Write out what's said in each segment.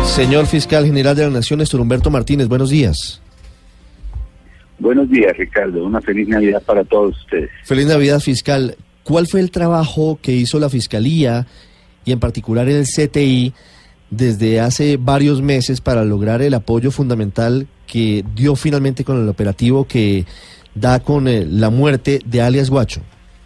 Señor Fiscal General de la Nación, Néstor Humberto Martínez, buenos días. Buenos días, Ricardo. Una feliz Navidad para todos ustedes. Feliz Navidad, fiscal. ¿Cuál fue el trabajo que hizo la Fiscalía y en particular el CTI desde hace varios meses para lograr el apoyo fundamental que dio finalmente con el operativo que da con la muerte de alias Guacho?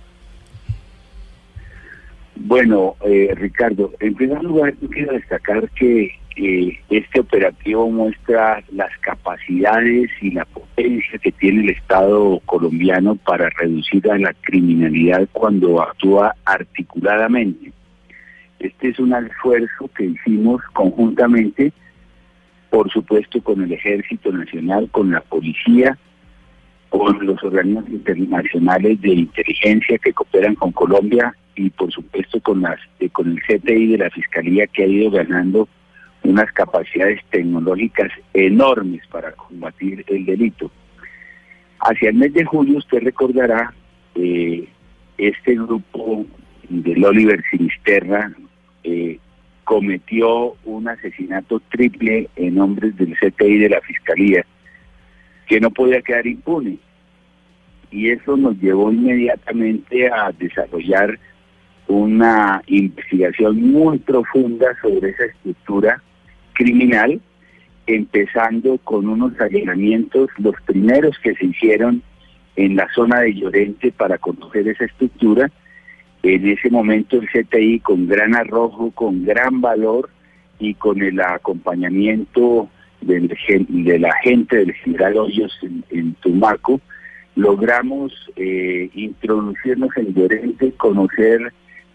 Bueno, Ricardo, en primer lugar quiero destacar que este operativo muestra las capacidades y la potencia que tiene el Estado colombiano para reducir a la criminalidad cuando actúa articuladamente. Este es un esfuerzo que hicimos conjuntamente, por supuesto, con el Ejército Nacional, con la Policía, con los organismos internacionales de inteligencia que cooperan con Colombia y, por supuesto, con el CTI de la Fiscalía, que ha ido ganando unas capacidades tecnológicas enormes para combatir el delito. Hacia el mes de julio, usted recordará, este grupo del Oliver Sinisterra cometió un asesinato triple en hombres del CTI de la Fiscalía, que no podía quedar impune. Y eso nos llevó inmediatamente a desarrollar una investigación muy profunda sobre esa estructura criminal, empezando con unos allanamientos, los primeros que se hicieron en la zona de Llorente para conocer esa estructura. En ese momento el CTI, con gran arrojo, con gran valor y con el acompañamiento de la gente del general Hoyos en Tumaco, logramos introducirnos en Llorente, conocer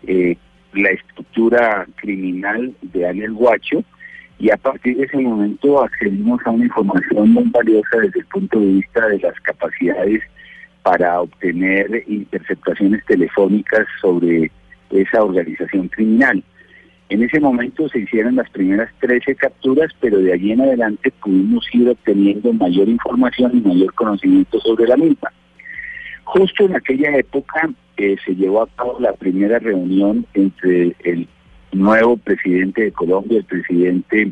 la estructura criminal de alias Guacho, y a partir de ese momento accedimos a una información muy valiosa desde el punto de vista de las capacidades para obtener interceptaciones telefónicas sobre esa organización criminal. En ese momento se hicieron las primeras 13 capturas, pero de allí en adelante pudimos ir obteniendo mayor información y mayor conocimiento sobre la misma. Justo en aquella época se llevó a cabo la primera reunión entre el nuevo presidente de Colombia, el presidente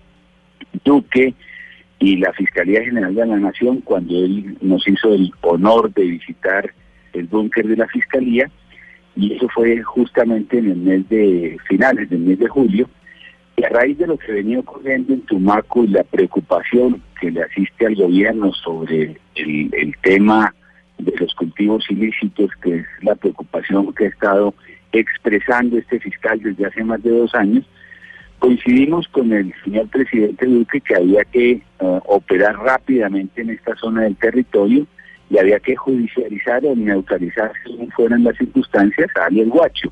Duque, y la Fiscalía General de la Nación, cuando él nos hizo el honor de visitar el búnker de la Fiscalía, y eso fue justamente en el mes de finales del mes de julio. Y a raíz de lo que venía ocurriendo en Tumaco y la preocupación que le asiste al gobierno sobre el tema de los cultivos ilícitos, que es la preocupación que ha estado expresando este fiscal desde hace más de 2 años, coincidimos con el señor presidente Duque que había que operar rápidamente en esta zona del territorio y había que judicializar o neutralizar, según fueran las circunstancias, a alias Guacho.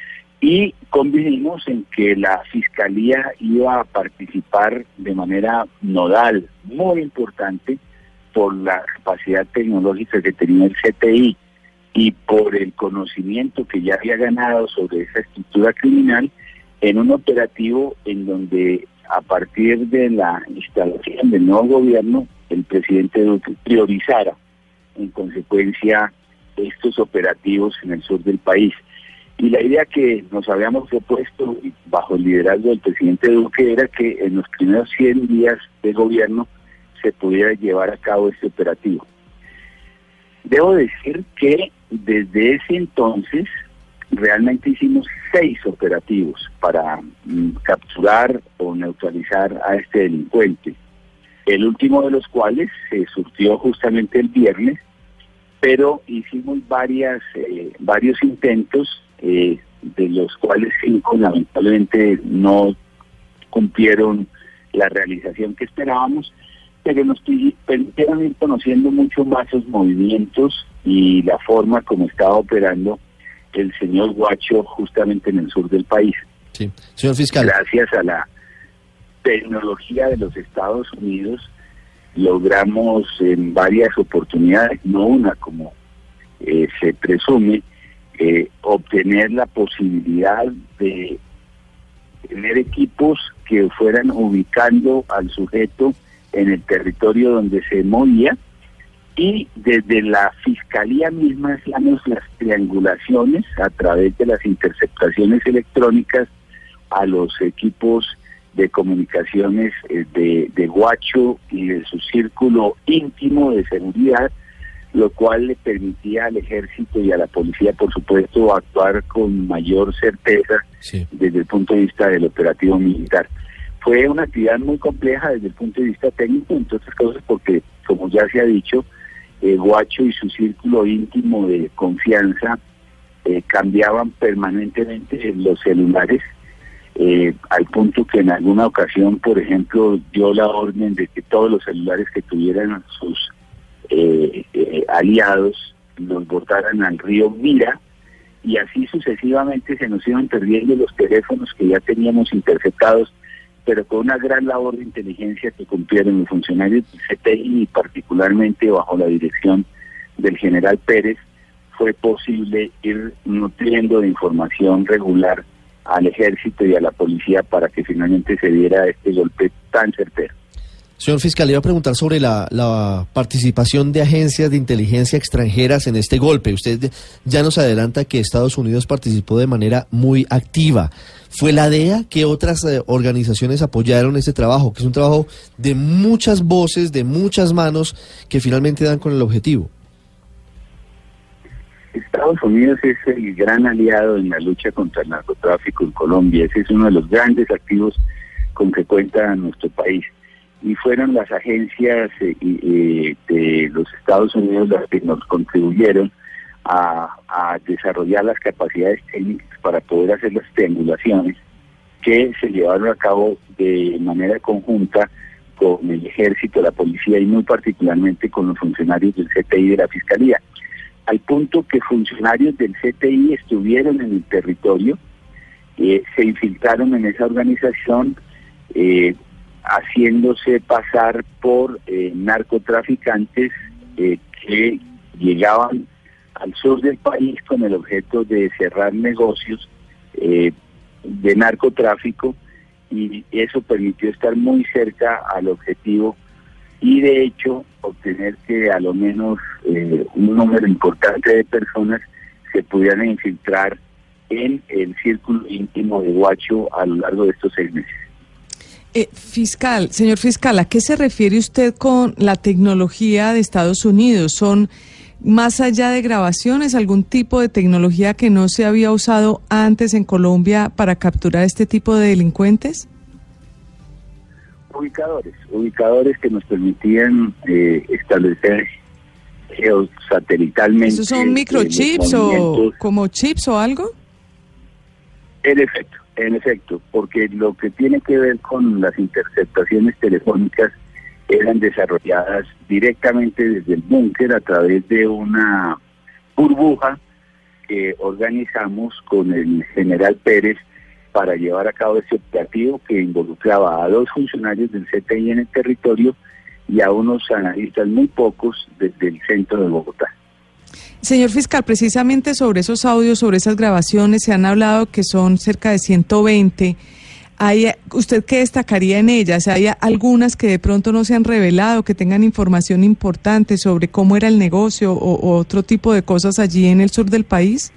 Y convinimos en que la Fiscalía iba a participar de manera nodal, muy importante, por la capacidad tecnológica que tenía el CTI y por el conocimiento que ya había ganado sobre esa estructura criminal, en un operativo en donde, a partir de la instalación del nuevo gobierno, el presidente Duque priorizara en consecuencia estos operativos en el sur del país. Y la idea que nos habíamos propuesto bajo el liderazgo del presidente Duque era que en los primeros 100 días de gobierno se pudiera llevar a cabo este operativo. Debo decir que desde ese entonces realmente hicimos 6 operativos para capturar o neutralizar a este delincuente, el último de los cuales se surtió justamente el viernes, pero hicimos varios intentos, de los cuales 5 lamentablemente no cumplieron la realización que esperábamos, pero nos permitieron ir conociendo mucho más sus movimientos y la forma como estaba operando el señor Guacho justamente en el sur del país. Sí, señor fiscal. Gracias a la tecnología de los Estados Unidos logramos en varias oportunidades, no una como se presume, obtener la posibilidad de tener equipos que fueran ubicando al sujeto en el territorio donde se movía, y desde la Fiscalía misma hacíamos las triangulaciones a través de las interceptaciones electrónicas a los equipos de comunicaciones de Guacho y de su círculo íntimo de seguridad, lo cual le permitía al ejército y a la policía, por supuesto, actuar con mayor certeza desde el punto de vista del operativo militar. Fue una actividad muy compleja desde el punto de vista técnico, entre otras cosas porque, como ya se ha dicho, Guacho y su círculo íntimo de confianza cambiaban permanentemente los celulares, al punto que en alguna ocasión, por ejemplo, dio la orden de que todos los celulares que tuvieran sus aliados los botaran al río Mira, y así sucesivamente se nos iban perdiendo los teléfonos que ya teníamos interceptados, pero con una gran labor de inteligencia que cumplieron los funcionarios del CTI, y particularmente bajo la dirección del general Pérez, fue posible ir nutriendo de información regular al ejército y a la policía para que finalmente se diera este golpe tan certero. Señor fiscal, le iba a preguntar sobre la participación de agencias de inteligencia extranjeras en este golpe. Usted ya nos adelanta que Estados Unidos participó de manera muy activa. ¿Fue la DEA? ¿Qué otras organizaciones apoyaron este trabajo? Que es un trabajo de muchas voces, de muchas manos, que finalmente dan con el objetivo. Estados Unidos es el gran aliado en la lucha contra el narcotráfico en Colombia. Ese es uno de los grandes activos con que cuenta nuestro país. Y fueron las agencias de los Estados Unidos las que nos contribuyeron a desarrollar las capacidades técnicas para poder hacer las triangulaciones que se llevaron a cabo de manera conjunta con el ejército, la policía y muy particularmente con los funcionarios del CTI y de la Fiscalía, al punto que funcionarios del CTI estuvieron en el territorio, se infiltraron en esa organización, haciéndose pasar por narcotraficantes que llegaban al sur del país con el objeto de cerrar negocios de narcotráfico, y eso permitió estar muy cerca al objetivo y de hecho obtener que a lo menos un número importante de personas se pudieran infiltrar en el círculo íntimo de Guacho a lo largo de estos 6 meses. Señor fiscal, ¿a qué se refiere usted con la tecnología de Estados Unidos? ¿Son más allá de grabaciones, algún tipo de tecnología que no se había usado antes en Colombia para capturar este tipo de delincuentes? Ubicadores que nos permitían establecer geosatelitalmente. ¿Esos son microchips o como chips o algo? En efecto, porque lo que tiene que ver con las interceptaciones telefónicas eran desarrolladas directamente desde el búnker a través de una burbuja que organizamos con el general Pérez para llevar a cabo ese operativo que involucraba a 2 funcionarios del CTI en el territorio y a unos analistas muy pocos desde el centro de Bogotá. Señor fiscal, precisamente sobre esos audios, sobre esas grabaciones, se han hablado que son cerca de 120. ¿Usted qué destacaría en ellas? ¿Hay algunas que de pronto no se han revelado, que tengan información importante sobre cómo era el negocio o otro tipo de cosas allí en el sur del país?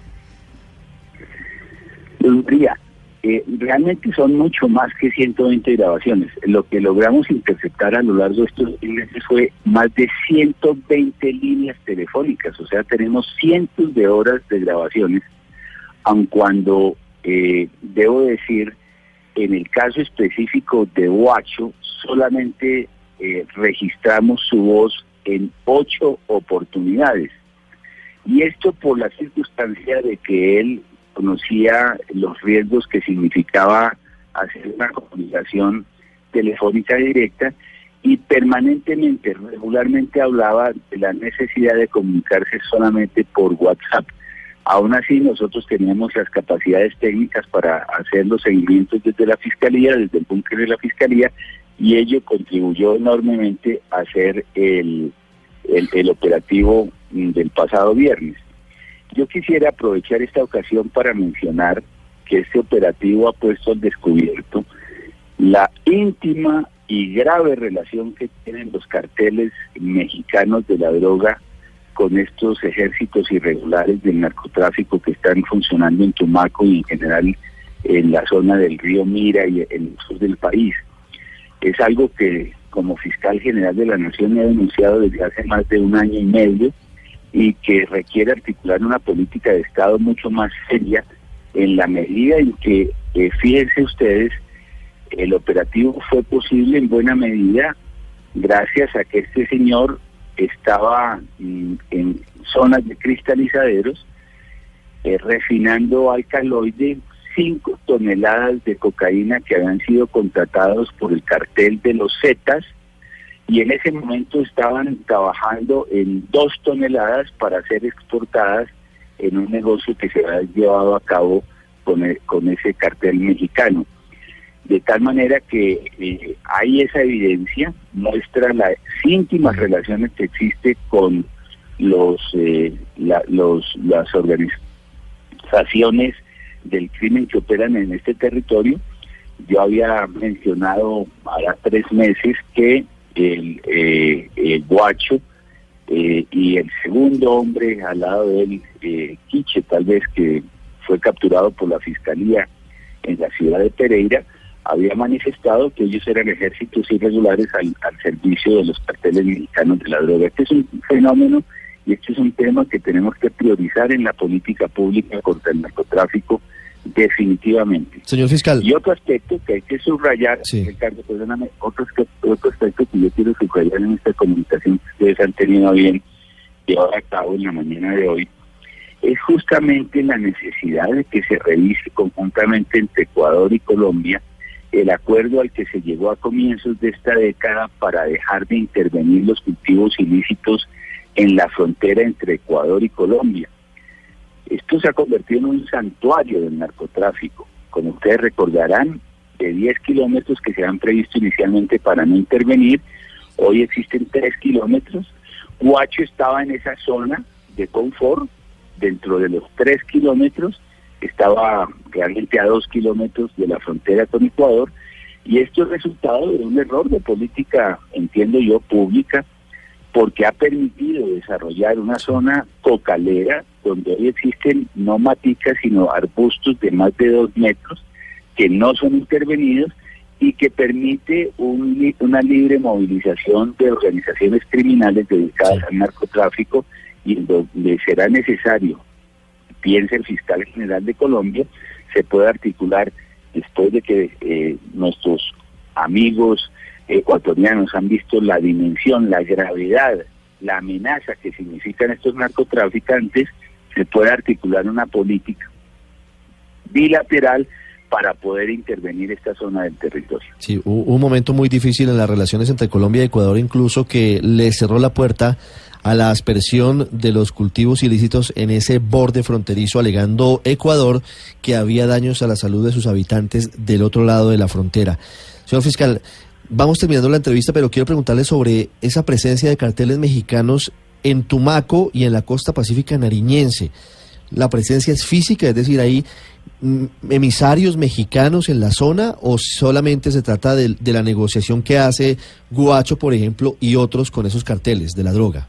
Realmente son mucho más que 120 grabaciones. Lo que logramos interceptar a lo largo de estos meses fue más de 120 líneas telefónicas, o sea, tenemos cientos de horas de grabaciones, aun cuando debo decir, en el caso específico de Guacho, solamente registramos su voz en 8 oportunidades. Y esto por la circunstancia de que él conocía los riesgos que significaba hacer una comunicación telefónica directa y permanentemente, regularmente hablaba de la necesidad de comunicarse solamente por WhatsApp. Aún así, nosotros teníamos las capacidades técnicas para hacer los seguimientos desde la Fiscalía, desde el búnker de la Fiscalía, y ello contribuyó enormemente a hacer el operativo del pasado viernes. Yo quisiera aprovechar esta ocasión para mencionar que este operativo ha puesto al descubierto la íntima y grave relación que tienen los carteles mexicanos de la droga con estos ejércitos irregulares del narcotráfico que están funcionando en Tumaco y en general en la zona del río Mira y en el sur del país. Es algo que como fiscal general de la Nación he denunciado desde hace más de 1 año y medio y que requiere articular una política de Estado mucho más seria en la medida en que, fíjense ustedes, el operativo fue posible en buena medida gracias a que este señor estaba en zonas de cristalizaderos refinando alcaloide 5 toneladas de cocaína que habían sido contratados por el cartel de los Zetas, y en ese momento estaban trabajando en 2 toneladas para ser exportadas en un negocio que se había llevado a cabo con ese cartel mexicano. De tal manera que hay esa evidencia, muestra las íntimas relaciones que existe con las organizaciones del crimen que operan en este territorio. Yo había mencionado hará 3 meses que el Guacho y el segundo hombre al lado de él, Quiche, tal vez, que fue capturado por la Fiscalía en la ciudad de Pereira, había manifestado que ellos eran ejércitos irregulares al servicio de los carteles mexicanos de la droga. Este es un fenómeno y este es un tema que tenemos que priorizar en la política pública contra el narcotráfico definitivamente. Señor fiscal. Y otro aspecto que hay que subrayar, sí. Ricardo, perdóname, otro aspecto que yo quiero subrayar en esta comunicación que ustedes han tenido a bien llevar a cabo en la mañana de hoy, es justamente la necesidad de que se revise conjuntamente entre Ecuador y Colombia el acuerdo al que se llegó a comienzos de esta década para dejar de intervenir los cultivos ilícitos en la frontera entre Ecuador y Colombia. Esto se ha convertido en un santuario del narcotráfico. Como ustedes recordarán, de 10 kilómetros que se han previsto inicialmente para no intervenir, hoy existen 3 kilómetros. Guacho estaba en esa zona de confort, dentro de los 3 kilómetros, estaba realmente a 2 kilómetros de la frontera con Ecuador, y esto es resultado de un error de política, entiendo yo, pública, porque ha permitido desarrollar una zona cocalera donde hoy existen no maticas sino arbustos de más de 2 metros que no son intervenidos y que permite una libre movilización de organizaciones criminales dedicadas al narcotráfico, y donde será necesario, piensa el fiscal general de Colombia, se puede articular después de que nuestros amigos ecuatorianos han visto la dimensión, la gravedad, la amenaza que significan estos narcotraficantes, se puede articular una política bilateral para poder intervenir esta zona del territorio. Sí, hubo un momento muy difícil en las relaciones entre Colombia y Ecuador, incluso que le cerró la puerta a la aspersión de los cultivos ilícitos en ese borde fronterizo, alegando Ecuador que había daños a la salud de sus habitantes del otro lado de la frontera. Señor fiscal, vamos terminando la entrevista, pero quiero preguntarle sobre esa presencia de carteles mexicanos en Tumaco y en la costa pacífica nariñense. ¿La presencia es física, es decir, hay emisarios mexicanos en la zona, o solamente se trata de la negociación que hace Guacho, por ejemplo, y otros con esos carteles de la droga?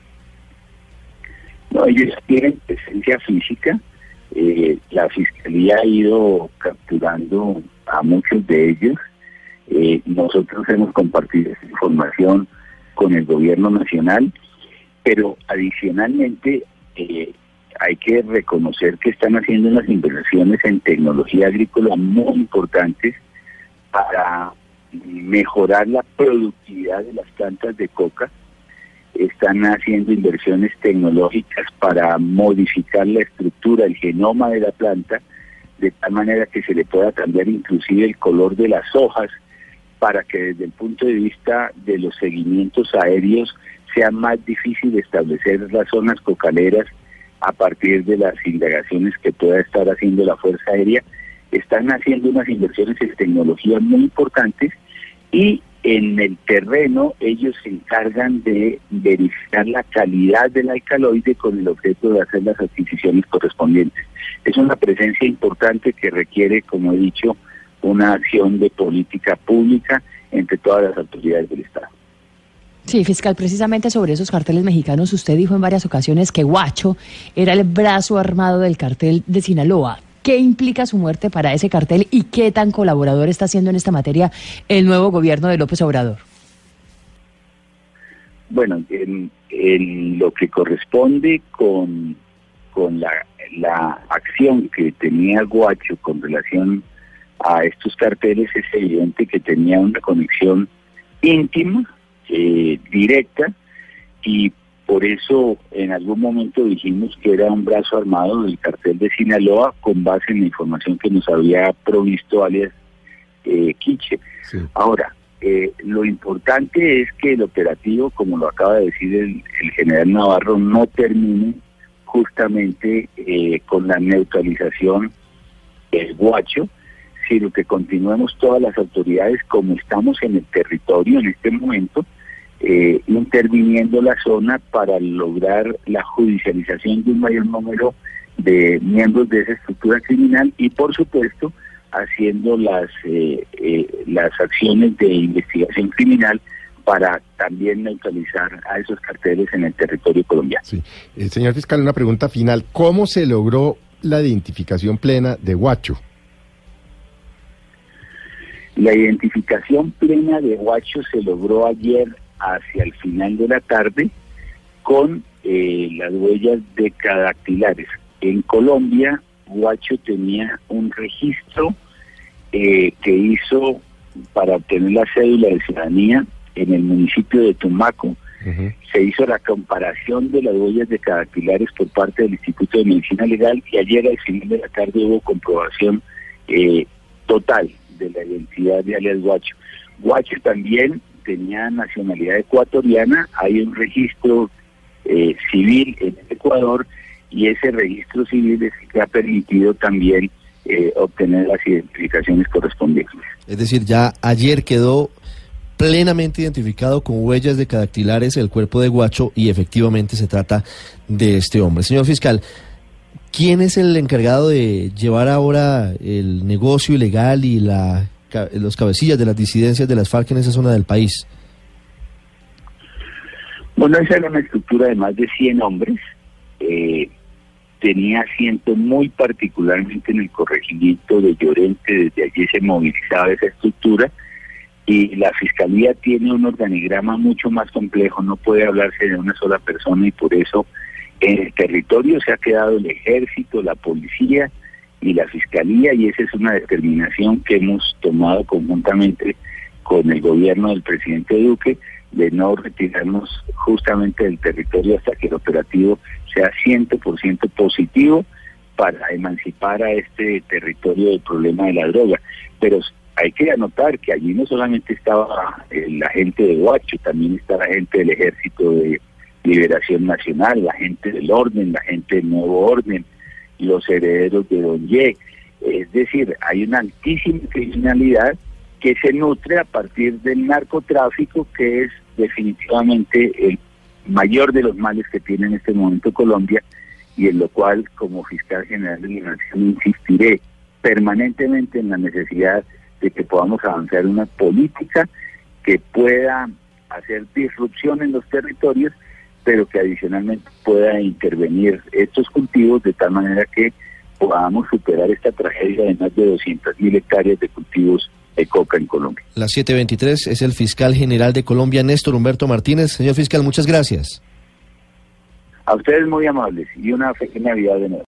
No, ellos tienen presencia física. La Fiscalía ha ido capturando a muchos de ellos. Nosotros hemos compartido esa información con el gobierno nacional, pero adicionalmente hay que reconocer que están haciendo unas inversiones en tecnología agrícola muy importantes para mejorar la productividad de las plantas de coca. Están haciendo inversiones tecnológicas para modificar la estructura, el genoma de la planta, de tal manera que se le pueda cambiar inclusive el color de las hojas, para que desde el punto de vista de los seguimientos aéreos sea más difícil establecer las zonas cocaleras a partir de las indagaciones que pueda estar haciendo la Fuerza Aérea. Están haciendo unas inversiones en tecnología muy importantes, y en el terreno ellos se encargan de verificar la calidad del alcaloide con el objeto de hacer las adquisiciones correspondientes. Es una presencia importante que requiere, como he dicho, una acción de política pública entre todas las autoridades del Estado. Sí, fiscal, precisamente sobre esos carteles mexicanos, usted dijo en varias ocasiones que Guacho era el brazo armado del cartel de Sinaloa. ¿Qué implica su muerte para ese cartel y qué tan colaborador está siendo en esta materia el nuevo gobierno de López Obrador? Bueno, en lo que corresponde con la acción que tenía Guacho con relación a estos carteles, es evidente que tenía una conexión íntima, directa, y por eso en algún momento dijimos que era un brazo armado del cartel de Sinaloa con base en la información que nos había provisto alias Quiche. Sí. Ahora, lo importante es que el operativo, como lo acaba de decir el general Navarro, no termine justamente con la neutralización del Guacho, sino que continuemos todas las autoridades como estamos en el territorio en este momento, interviniendo la zona para lograr la judicialización de un mayor número de miembros de esa estructura criminal y, por supuesto, haciendo las acciones de investigación criminal para también neutralizar a esos carteles en el territorio colombiano. Sí. Señor fiscal, una pregunta final. ¿Cómo se logró la identificación plena de Guacho? La identificación plena de Guacho se logró ayer hacia el final de la tarde con las huellas decadactilares. En Colombia, Guacho tenía un registro que hizo para obtener la cédula de ciudadanía en el municipio de Tumaco. Uh-huh. Se hizo la comparación de las huellas decadactilares por parte del Instituto de Medicina Legal y ayer al final de la tarde hubo comprobación total de la identidad de alias Guacho. Guacho también tenía nacionalidad ecuatoriana, hay un registro civil en Ecuador y ese registro civil es que ha permitido también obtener las identificaciones correspondientes. Es decir, ya ayer quedó plenamente identificado con huellas decadactilares el cuerpo de Guacho y efectivamente se trata de este hombre. Señor fiscal, ¿quién es el encargado de llevar ahora el negocio ilegal y los cabecillas de las disidencias de las FARC en esa zona del país? Bueno, esa era una estructura de más de 100 hombres. Tenía asiento muy particularmente en el corregimiento de Llorente, desde allí se movilizaba esa estructura y la Fiscalía tiene un organigrama mucho más complejo, no puede hablarse de una sola persona y por eso en el territorio se ha quedado el Ejército, la Policía y la Fiscalía y esa es una determinación que hemos tomado conjuntamente con el gobierno del presidente Duque de no retirarnos justamente del territorio hasta que el operativo sea 100% positivo para emancipar a este territorio del problema de la droga. Pero hay que anotar que allí no solamente estaba la gente de Guacho, también está la gente del Ejército de Liberación Nacional, la gente del Orden, la gente del Nuevo Orden, los herederos de Don Ye. Es decir, hay una altísima criminalidad que se nutre a partir del narcotráfico, que es definitivamente el mayor de los males que tiene en este momento Colombia, y en lo cual, como fiscal general de la Nación, insistiré permanentemente en la necesidad de que podamos avanzar en una política que pueda hacer disrupción en los territorios, pero que adicionalmente pueda intervenir estos cultivos de tal manera que podamos superar esta tragedia de más de 200.000 hectáreas de cultivos de coca en Colombia. Las 7:23 es el fiscal general de Colombia, Néstor Humberto Martínez. Señor fiscal, muchas gracias. A ustedes muy amables y una feliz Navidad de nuevo.